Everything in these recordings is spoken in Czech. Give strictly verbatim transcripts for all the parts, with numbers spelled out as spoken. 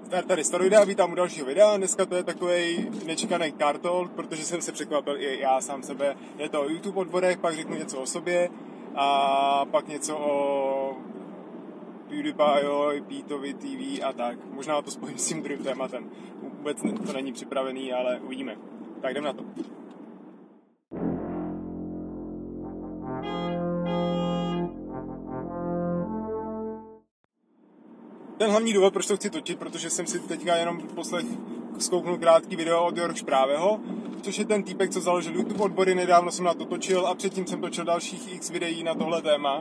Start tady Staroida, vítám u dalšího videa. Dneska to je takovej nečekaný car talk, protože jsem se překvapil i já sám sebe. Je to o YouTube odborech, pak řeknu něco o sobě a pak něco o PewDiePie, Pítovi T V a tak. Možná to spojím s tím druhým tématem. Vůbec to není připravený, ale uvidíme. Tak jdem na to. Ten hlavní důvod, proč to chci točit, protože jsem si teďka jenom poslech zkouknul krátký video od Jorge Práveho, což je ten týpek, co založil YouTube odbory, nedávno jsem na to točil a předtím jsem točil dalších x videí na tohle téma.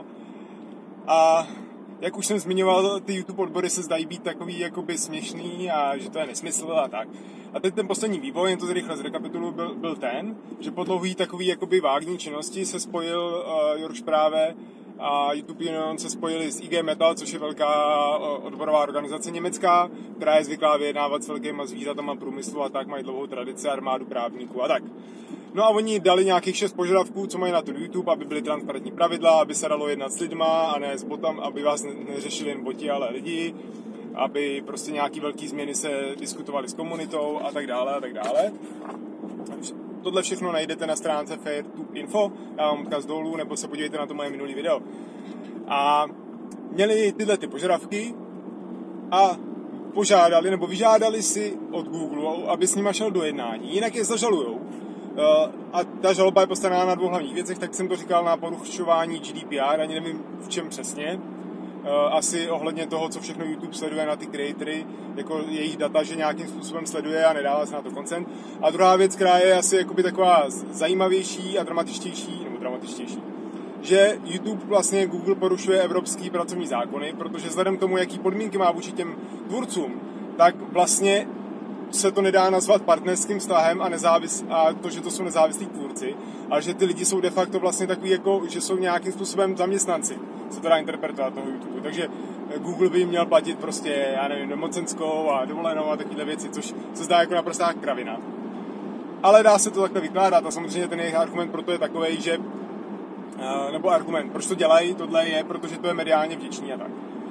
A jak už jsem zmiňoval, ty YouTube odbory se zdají být takový jakoby směšný a že to je nesmysl a tak. A teď ten poslední vývoj, jen to rychle zrekapituluji, byl, byl ten, že po dlouhý takový jakoby vágní činnosti se spojil uh, Jorge Práve a YouTube Union se spojili s I G Metal, což je velká odborová organizace německá, která je zvyklá vyjednávat s velkýma zvířatama průmyslu a tak, mají dlouhou tradici, armádu právníků a tak. No a oni dali nějakých šest požadavků, co mají na ten YouTube, aby byly transparentní pravidla, aby se dalo jednat s lidma a ne s botem, aby vás neřešili jen boti, ale lidi, aby prostě nějaký velký změny se diskutovaly s komunitou a tak dále a tak dále. Tohle všechno najdete na stránce fairtube tečka info, já vám odkaz dolů, nebo se podívejte na to moje minulý video. A měli tyhle ty požadavky a požádali, nebo vyžádali si od Google, aby s nima šel do jednání, jinak je zažalujou. A ta žaloba je postavená na dvou hlavních věcech, tak jsem to říkal na porušování G D P R, ani nevím v čem přesně. Asi ohledně toho, co všechno YouTube sleduje na ty creatory, jako jejich data, že nějakým způsobem sleduje a nedává se na to consent. A druhá věc, která je asi jakoby taková zajímavější a dramatičtější, nebo dramatičtější, že YouTube vlastně Google porušuje evropský pracovní zákony, protože vzhledem k tomu, jaký podmínky má vůči těm tvůrcům, tak vlastně se to nedá nazvat partnerským vztahem a, nezávis, a to, že to jsou nezávislí tvůrci, ale že ty lidi jsou de facto vlastně takový, jako, že jsou nějakým způsobem zaměstnanci, se to dá interpretovat toho YouTube. Takže Google by jim měl platit prostě, já nevím, nemocenskou a dovolenou a takovéhle věci, což se zdá jako naprostá kravina. Ale dá se to takhle vykládat a samozřejmě ten jejich argument pro to je takovej, že, nebo argument, proč to dělají, tohle je, protože to je mediálně vděčný a tak.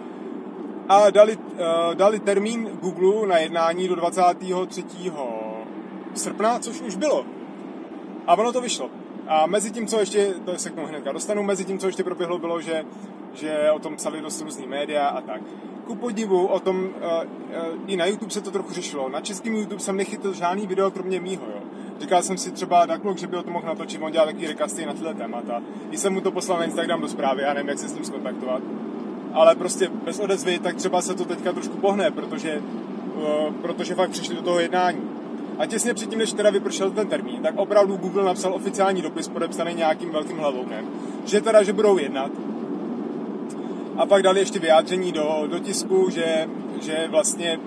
A dali, uh, dali termín Google na jednání do dvacátého třetího srpna, což už bylo. A ono to vyšlo. A mezi tím, co ještě, to se k tomu hnedka dostanu, mezi tím, co ještě proběhlo, bylo, že, že o tom psali dost různý média a tak. Ku podivu o tom, uh, uh, i na YouTube se to trochu řešilo. Na českém YouTube jsem nechytil žádný video, kromě mýho, jo. Říkal jsem si třeba Daklok, že by o tom mohl natočit, on dělal takový recasty na tyhle témata. Když jsem mu to poslal na Instagram do zprávy, já nevím, jak se s ním skontaktovat. Ale prostě bez odezvy, tak třeba se to teďka trošku pohne, protože, uh, protože fakt přišli do toho jednání. A těsně předtím, než teda vypršel ten termín, tak opravdu Google napsal oficiální dopis podepsaný nějakým velkým hlavoukem, že teda, že budou jednat. A pak dali ještě vyjádření do, do tisku, že, že vlastně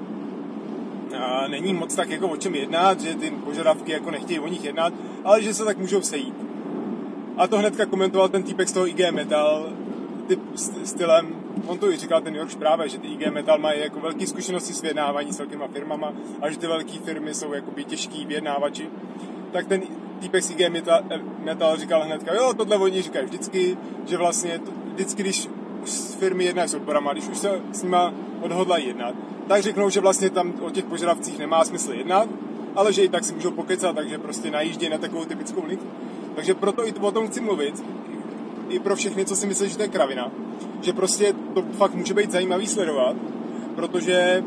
uh, není moc tak jako o čem jednat, že ty požadavky jako nechtějí o nich jednat, ale že se tak můžou sejít. A to hnedka komentoval ten týpek z toho I G Metal, typ stylem, on to i říkal ten Jorge Práve, že ty I G Metal mají jako velké zkušenosti s vyjednávání s velkýma firmama a že ty velké firmy jsou jakoby těžký vyjednávači. Tak ten týpek z I G Metal, Metal říkal hnedka, jo, tohle oni říkají vždycky, že vlastně to, vždycky, když firmy jednají s odborama, když už se s nima odhodlají jednat, tak řeknou, že vlastně tam o těch požadavcích nemá smysl jednat, ale že i tak si můžou pokecat, takže prostě najíždějí na takovou typickou linku. Takže proto i o tom chci mluvit, i pro všechny, co si myslí, že to je kravina. Že prostě to fakt může být zajímavý sledovat, protože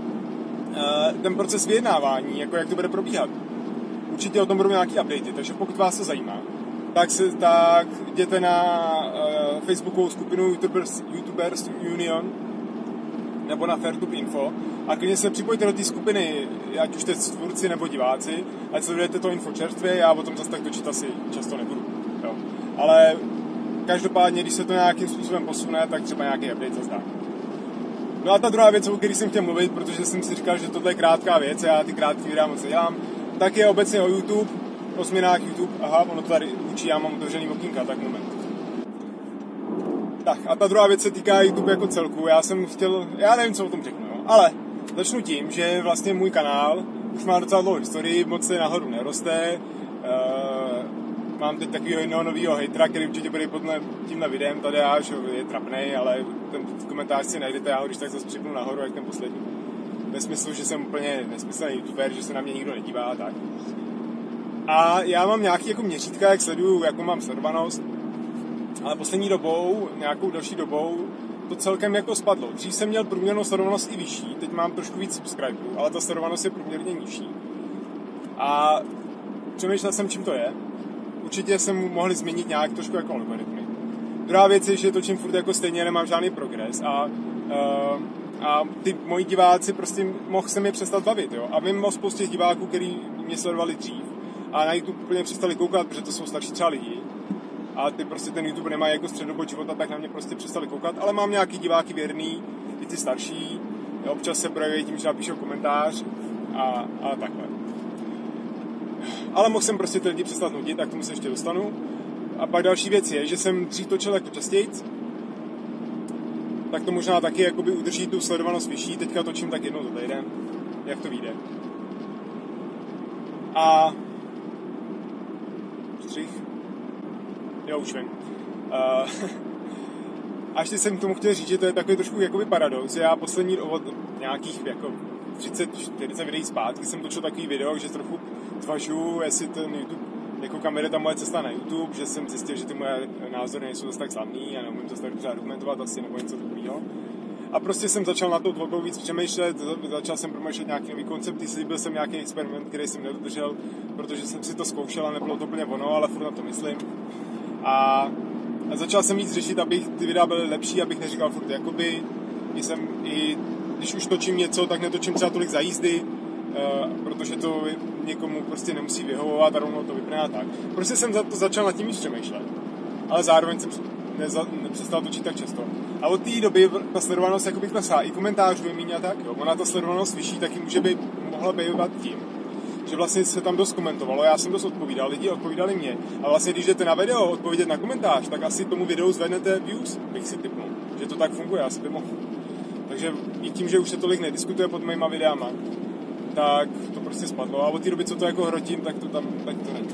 uh, ten proces vyjednávání, jako jak to bude probíhat. Určitě o tom budou nějaký updaty, takže pokud vás to zajímá, tak, se, tak jděte na uh, facebookovou skupinu YouTubers, YouTubers Union nebo na fairtube tečka info a klidně se připojte do té skupiny, ať už jste tvůrci nebo diváci, ať sledujete to info čerstvě, já o tom zase tak točit asi často nebudu. Jo. Ale každopádně, když se to nějakým způsobem posune, tak třeba nějaký update zase dá. No a ta druhá věc, o které jsem chtěl mluvit, protože jsem si říkal, že tohle je krátká věc, já ty krátké videa moc nedělám, tak je obecně o YouTube, o změnách YouTube. Aha, ono to tady učí, já mám otevřený okýnka, tak moment. Tak a ta druhá věc se týká YouTube jako celku, já jsem chtěl, já nevím, co o tom řeknu, jo, ale začnu tím, že vlastně můj kanál už má docela dlouhou historii, moc se nahoru neroste, uh, mám teď takového jednoho nového hejtera, který určitě bude pod tímhle videem, tady já, že je trapnej, ale ten komentář si najdete, já ho když tak zase připnu nahoru, jak ten poslední. ve smyslu, že jsem úplně nesmyslný youtuber, že se na mě nikdo nedívá a tak. A já mám nějaký jako měřítka, jak sleduju, jakou mám sledovanost, ale poslední dobou, nějakou další dobou, to celkem jako spadlo. Dřív jsem měl průměrnou sledovanost i vyšší, teď mám trošku víc subscriberů, ale ta sledovanost je průměrně nižší. A přemýšlel jsem, čím to je. Určitě jsem mohli změnit nějak trošku jako algoritmy. Druhá věc je, že točím furt jako stejně, nemám žádný progres a, uh, a ty moji diváci prostě mohl jsem je přestat bavit, jo. A vím o spoustě diváků, kteří mě sledovali dřív a na YouTube úplně přestali koukat, protože to jsou starší třeba lidi. A ty prostě ten YouTube nemají jako středobod života, tak na mě prostě přestali koukat, ale mám nějaký diváky věrný, i ty starší, občas se projeví tím, že napíšou komentář a, a takhle. Ale mohl jsem prostě ty lidi přestat nutit, tak tomu se ještě dostanu. A pak další věc je, že jsem dřív točil jako častějc, tak to možná taky jakoby udrží tu sledovanost vyšší, teďka točím tak jednou za týden, jak to vyjde. A střih. Jo, už vím. Uh, a ještě jsem tomu chtěl říct, že to je takový trošku jakoby paradox, že já poslední od nějakých jako třicet čtyřicet videí zpátky jsem točil takový video, že trochu zvažuju, jestli ten YouTube, jako kam jde ta moje cesta na YouTube, že jsem zjistil, že ty moje názory nejsou zase tak slavný a neumím to tak dobře argumentovat asi nebo něco takového. A prostě jsem začal na to tvorbou víc přemýšlet, začal jsem promýšlet nějaký nový koncepty, slíbil jsem nějaký experiment, který jsem nedodržel, protože jsem si to zkoušel a nebylo to úplně ono, ale furt na to myslím. A, a začal jsem víc řešit, abych ty videa byly lepší, abych neříkal furt jakoby, jsem i, když už točím něco, tak netočím třeba tolik za jízdy, uh, protože to někomu prostě nemusí vyhovovat a rovnou to vypne a tak. Prostě jsem za to začal nad tím víc přemýšlet, ale zároveň jsem neza, nepřestal točit tak často. A od té doby ta sledovanost jakoby klesá, i komentářů je míň a tak, jo. Ona ta sledovanost vyšší taky může být, mohla bývat tím, že vlastně se tam dost komentovalo, já jsem dost odpovídal, lidi odpovídali mě. A vlastně když jdete na video odpovědět na komentář, tak asi tomu videu zvednete views, bych si tipnul, že to tak funguje, asi by mohl. Takže i tím, že už se tolik nediskutuje pod mýma videama, tak to prostě spadlo. A od té doby, co to jako hrotím, tak to tam, tak to není.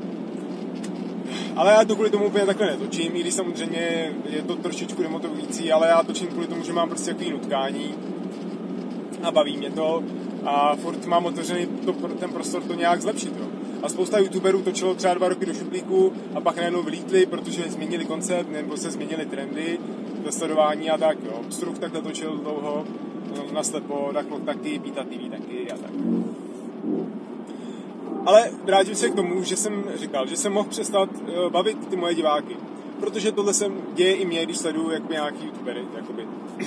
Ale já to kvůli tomu úplně takhle netočím, i když samozřejmě je to trošičku demotivující, ale já točím kvůli tomu, že mám prostě takový nutkání a baví mě to a furt mám otevřený to, ten prostor to nějak zlepšit, jo. A spousta youtuberů točilo třeba dva roky do šuplíku a pak najednou vylítli, protože změnili koncept nebo se změnily trendy ve sledování a tak, jo. Struh takhle točil dlouho, naslepo, Daklok taky, Píta T V taky a tak. Ale vrátím se k tomu, že jsem říkal, že jsem mohl přestat uh, bavit ty moje diváky. Protože tohle se děje i mě, když sleduju jako nějaký youtubery, jakoby.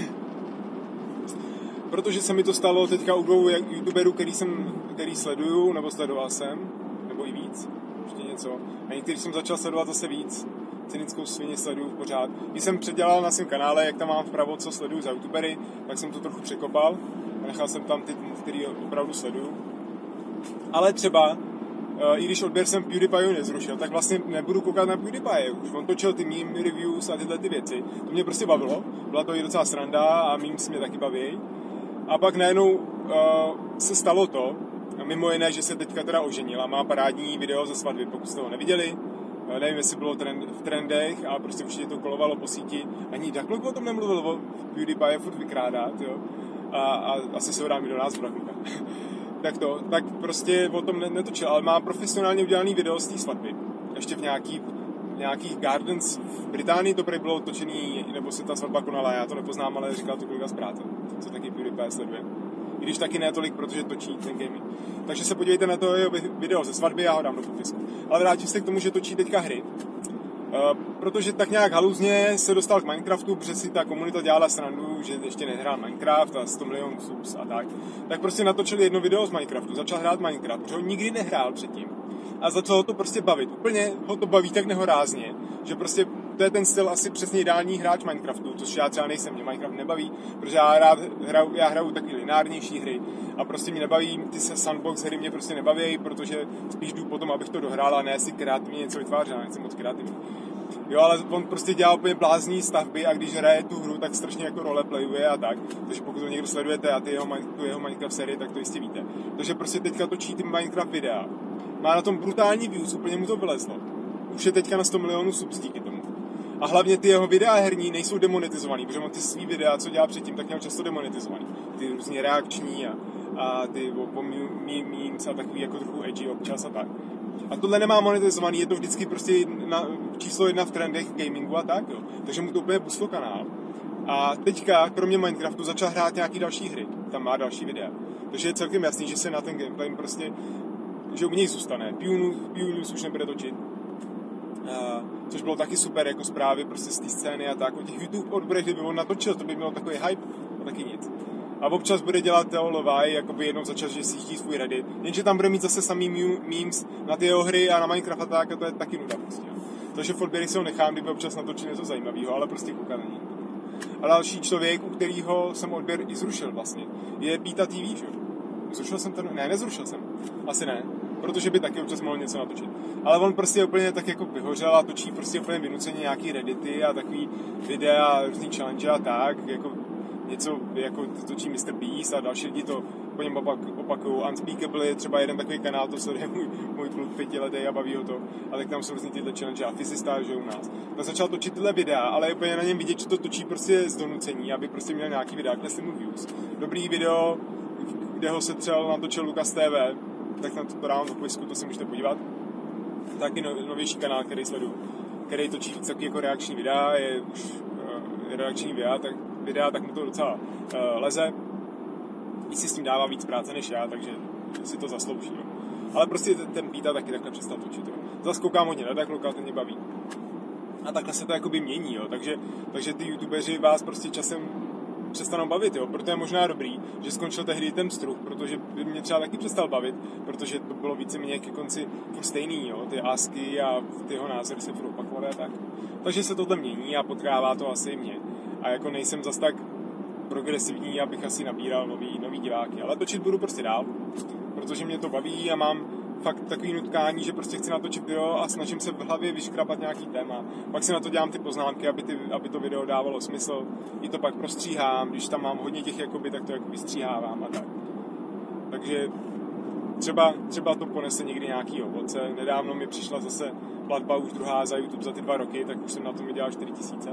Protože se mi to stalo teďka u dvou youtuberů, který, jsem, který sleduju, nebo sledoval jsem, nebo i víc, ještě něco. A některý jsem začal sledovat zase víc. Cynickou svině sleduju pořád. Když jsem předělal na svém kanále, jak tam mám vpravo, co sleduju za youtubery, tak jsem to trochu překopal a nechal jsem tam ty, který opravdu sleduju. Ale třeba, i když odběr jsem PewDiePie nezrušil, tak vlastně nebudu koukat na PewDiePie. Už on točil ty meme reviews a tyhle ty věci. To mě prostě bavilo. Byla to i docela sranda a memes mě taky baví. A pak najednou uh, se stalo to, mimo jiné, že se teďka teda oženila. Má parádní video ze svatby, pokud jste ho neviděli. Uh, nevím, jestli bylo trend, v trendech a prostě určitě to kolovalo po síti. Ani Daklok o tom nemluvil, o PewDiePie furt vykrádá, jo. A, a asi se ho dám i do názvu Dakloka. tak to, tak prostě o tom netočil, ale má profesionálně udělaný video z té svatby. Ještě v nějaký, nějakých gardens v Británii to prý bylo točený, nebo se ta svatba konala, já to nepoznám, ale říkal to kolega z práce, co taky PewDiePie sleduje. I když taky ne tolik, protože točí ten gaming. Takže se podívejte na to jeho video ze svatby, já ho dám do popisku. Ale vrátím se k tomu, že točí teďka hry. Uh, protože tak nějak haluzně se dostal k Minecraftu, protože si ta komunita dělala srandu, že ještě nehrál Minecraft a sto milionů subs a tak. Tak prostě natočili jedno video z Minecraftu, začal hrát Minecraft, protože ho nikdy nehrál předtím. A začalo to prostě bavit. Úplně ho to baví tak nehorázně, že prostě to je ten styl asi přesně ideální hráč Minecraftu, což já třeba nejsem, mě Minecraft nebaví, protože já rád hraju, já hraju taky lineárnější hry a prostě mě nebaví, ty se sandbox hry mě prostě nebaví, protože spíš jdu potom, abych to dohrál a ne si kreativně něco vytvářet, nejsem moc kreativní. Jo, ale on prostě dělá úplně blázní stavby a když hraje tu hru, tak strašně jako roleplayuje a tak. Takže pokud to někdo sledujete a ty jeho, tu jeho Minecraft sérii, tak to jistě víte. Takže prostě teďka točí ty Minecraft videa. Má na tom brutální views, úplně mu to vylezlo. Už je teďka na sto milionů subs díky tomu. A hlavně ty jeho videa herní nejsou demonetizovaný, protože on ty svý videa, co dělá předtím, tak měl často demonetizovaný. Ty různě reakční a, a ty memes a takový jako trochu edgy občas a tak. A tohle nemá monetizovaný, je to vždycky prostě na, číslo jedna v trendech gamingu a tak, jo. Takže mu to úplně boostlo kanál. A teďka, kromě Minecraftu, začal hrát nějaký další hry. Tam má další videa. Takže je celkem jasný, že se na ten gameplay prostě, že u něj zůstane. PewNews už nebude točit. Uh, což bylo taky super, jako zprávy prostě z té scény a tak. O těch YouTube odborech, kdyby on natočil, to by mělo takový hype a taky nic. A občas bude dělat Theo Levi, jakoby jednou za čas, že si jíždí svůj Reddit. Jenže tam bude mít zase samý memes na ty jeho hry a na Minecraft a tak, a to je taky nuda prostě. Takže v odběry si ho nechám, kdyby občas natočil něco zajímavého, ale prostě koukat na něj. A další člověk, u kterého jsem odběr i zrušil vlastně, je Píta T V, že? Zrušil jsem ten? Ne, nezrušil jsem. Asi ne, protože by taky občas mohl něco natočit. Ale on prostě úplně tak jako vyhořel a točí prostě úplně vynuceně nějaký reddity a takový videa, různý challenge a tak, jako něco jako točí mister Beast a další lidi to po něm opak, opakují. Unspeakable je třeba jeden takový kanál, to sleduje můj, můj kluk pětiletý a baví ho to. A tak tam jsou různý tyhle challenge a Fyzista, že u nás. Tak začal točit tyhle videa, ale je úplně na něm vidět, že to točí prostě z donucení, aby prostě měl nějaký videa, kde si mu views. Dobrý video, kde ho se třeba natočil Lukas T V, tak na to dávám do popisku, to si můžete podívat. Taky no, novější kanál, který sleduju, který točí víc takový jako reakční videa, je už uh, reakční videa, tak videa, tak mu to docela uh, leze. Víc si s tím dává víc práce než já, takže si to zaslouží. No. Ale prostě ten, ten Píta taky takhle přestal točit. Jo. Zas koukám hodně na Dakloka, ten mě baví. A takhle se to jakoby mění, jo. Takže, takže ty youtubeři vás prostě časem přestanou bavit, jo. Proto je možná dobrý, že skončil tehdy ten Struh, protože by mě třeba taky přestal bavit, protože to bylo víceméně ke konci furt stejný, jo. Ty asky a ty jeho názory se furt opakovaly a tak. Takže se tohle mění a potkává to asi mě. A jako nejsem zas tak progresivní, abych asi nabíral nový, nový diváky. Ale točit budu prostě dál, protože mě to baví a mám fakt takový nutkání, že prostě chci natočit video a snažím se v hlavě vyškrapat nějaký téma. Pak si na to dělám ty poznámky, aby, ty, aby to video dávalo smysl. I to pak prostříhám, když tam mám hodně těch jakoby, tak to jakoby stříhávám a tak. Takže třeba, třeba to ponese někdy nějaký ovoce. Nedávno mi přišla zase platba už druhá za YouTube za ty dva roky, tak už jsem na tom vydělal čtyři tisíce.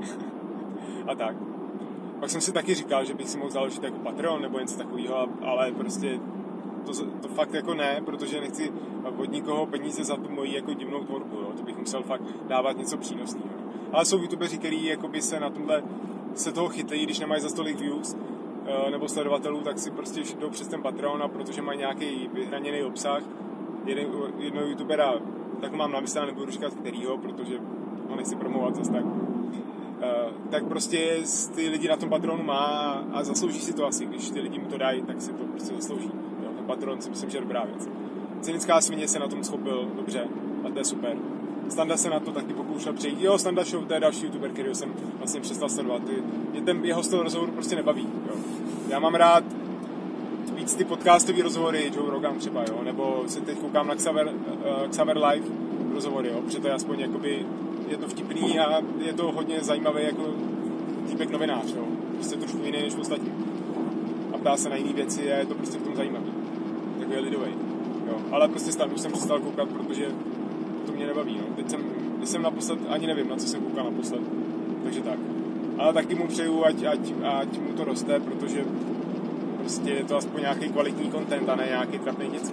A tak. Pak jsem si taky říkal, že bych si mohl založit jako Patreon nebo něco takového, ale prostě to, to fakt jako ne, protože nechci od nikoho peníze za tu moji jako divnou tvorbu, jo. To bych musel fakt dávat něco přínosného. Ale jsou youtubeři, kteří jakoby se na tomhle se toho chytlejí, když nemají za stolik views nebo sledovatelů, tak si prostě jdou přes ten Patreon, a protože mají nějaký vyhraněný obsah. Jeden, jednoho youtubera, tak mám na mysli, nebudu říkat kterýho, protože ho nechci promovat zase tak. Uh, tak prostě ty lidi na tom Patronu má a zaslouží si to asi. Když ty lidi mu to dají, tak si to prostě zaslouží. Jo, ten Patron si myslím, že je dobrá věc. Cynická svině se na tom schopil dobře a to je super. Standa se na to taky pokoušel přejít. Jo, Standa Show, to je další youtuber, který jsem vlastně přestal sledovat. Mě ten jeho styl rozhovoru prostě nebaví. Jo. Já mám rád víc ty podcastový rozhovory, Joe Rogan třeba, jo, nebo se teď koukám na Xaver, uh, Xaver Live rozhovory, jo, protože to je aspoň jakoby je to vtipný a je to hodně zajímavý jako týpek novinář, jo. Prostě trošku jiný než ostatní. A ptá se na jiné věci a je to prostě v tom zajímavý. Takový je lidovej, jo. Ale prostě stále už jsem přestal koukat, protože to mě nebaví, no. Teď jsem, když jsem naposled, ani nevím, na co jsem koukal naposled. Takže tak. Ale taky mu přeju, ať, ať, ať mu to roste, protože prostě je to aspoň nějaký kvalitní content a ne nějaký trapný dětský.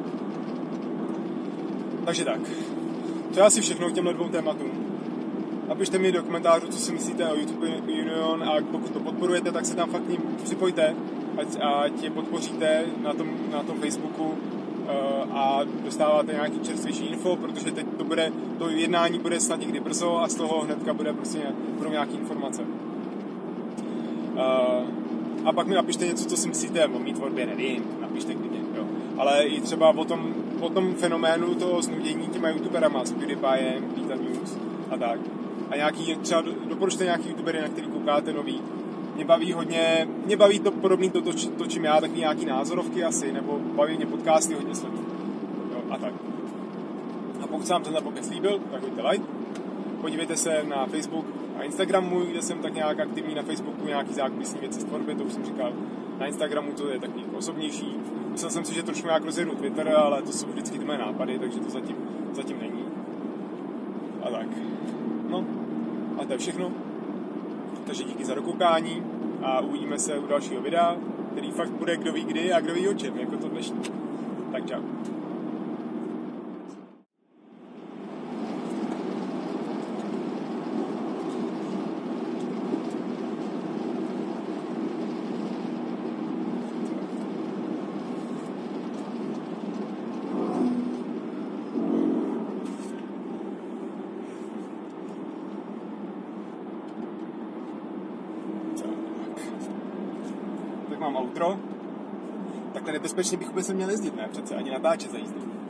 Takže tak. To je asi všechno k těmhle dvou tématům. Napište mi do komentářů, co si myslíte o YouTube Union a pokud to podporujete, tak se tam fakt k ním připojte, ať, ať je podpoříte na tom, na tom Facebooku uh, a dostáváte nějaký čerstvější info, protože teď to, bude, to jednání bude snad někdy brzo a z toho hnedka bude prostě pro nějaký informace. Uh, a pak mi napište něco, co si myslíte o mý tvorbě, nevím, napište klidně, jo. Ale i třeba o tom, o tom fenoménu toho znudění těma youtuberama s PewDiePiem, Píta News a tak. A nějaký, třeba doporučte nějaký youtubery, na který koukáte nový. Mě baví hodně, mě baví to podobný to, to, to čím já, takový nějaký názorovky asi, nebo baví mě podcasty hodně sleduju. Jo, a tak. A pokud se vám tenhle podcast líbil, tak hoďte like. Podívejte se na Facebook a Instagramu, kde jsem tak nějak aktivní, na Facebooku nějaký zákulisní věci z tvorby, to už jsem říkal. Na Instagramu to je takový osobnější. Myslel jsem si, že trošku nějak rozjedu Twitter, ale to jsou vždycky ty mé nápady, takže to zatím, zatím není. A tak. No, A to je všechno. Takže díky za dokoukání a uvidíme se u dalšího videa, který fakt bude kdo ví kdy a kdo ví o čem, jako to dnešní. Tak čau. Tak mám outro. Takhle nebezpečně bych vůbec neměl jezdit, ne? Přece ani natáčet za jízdou.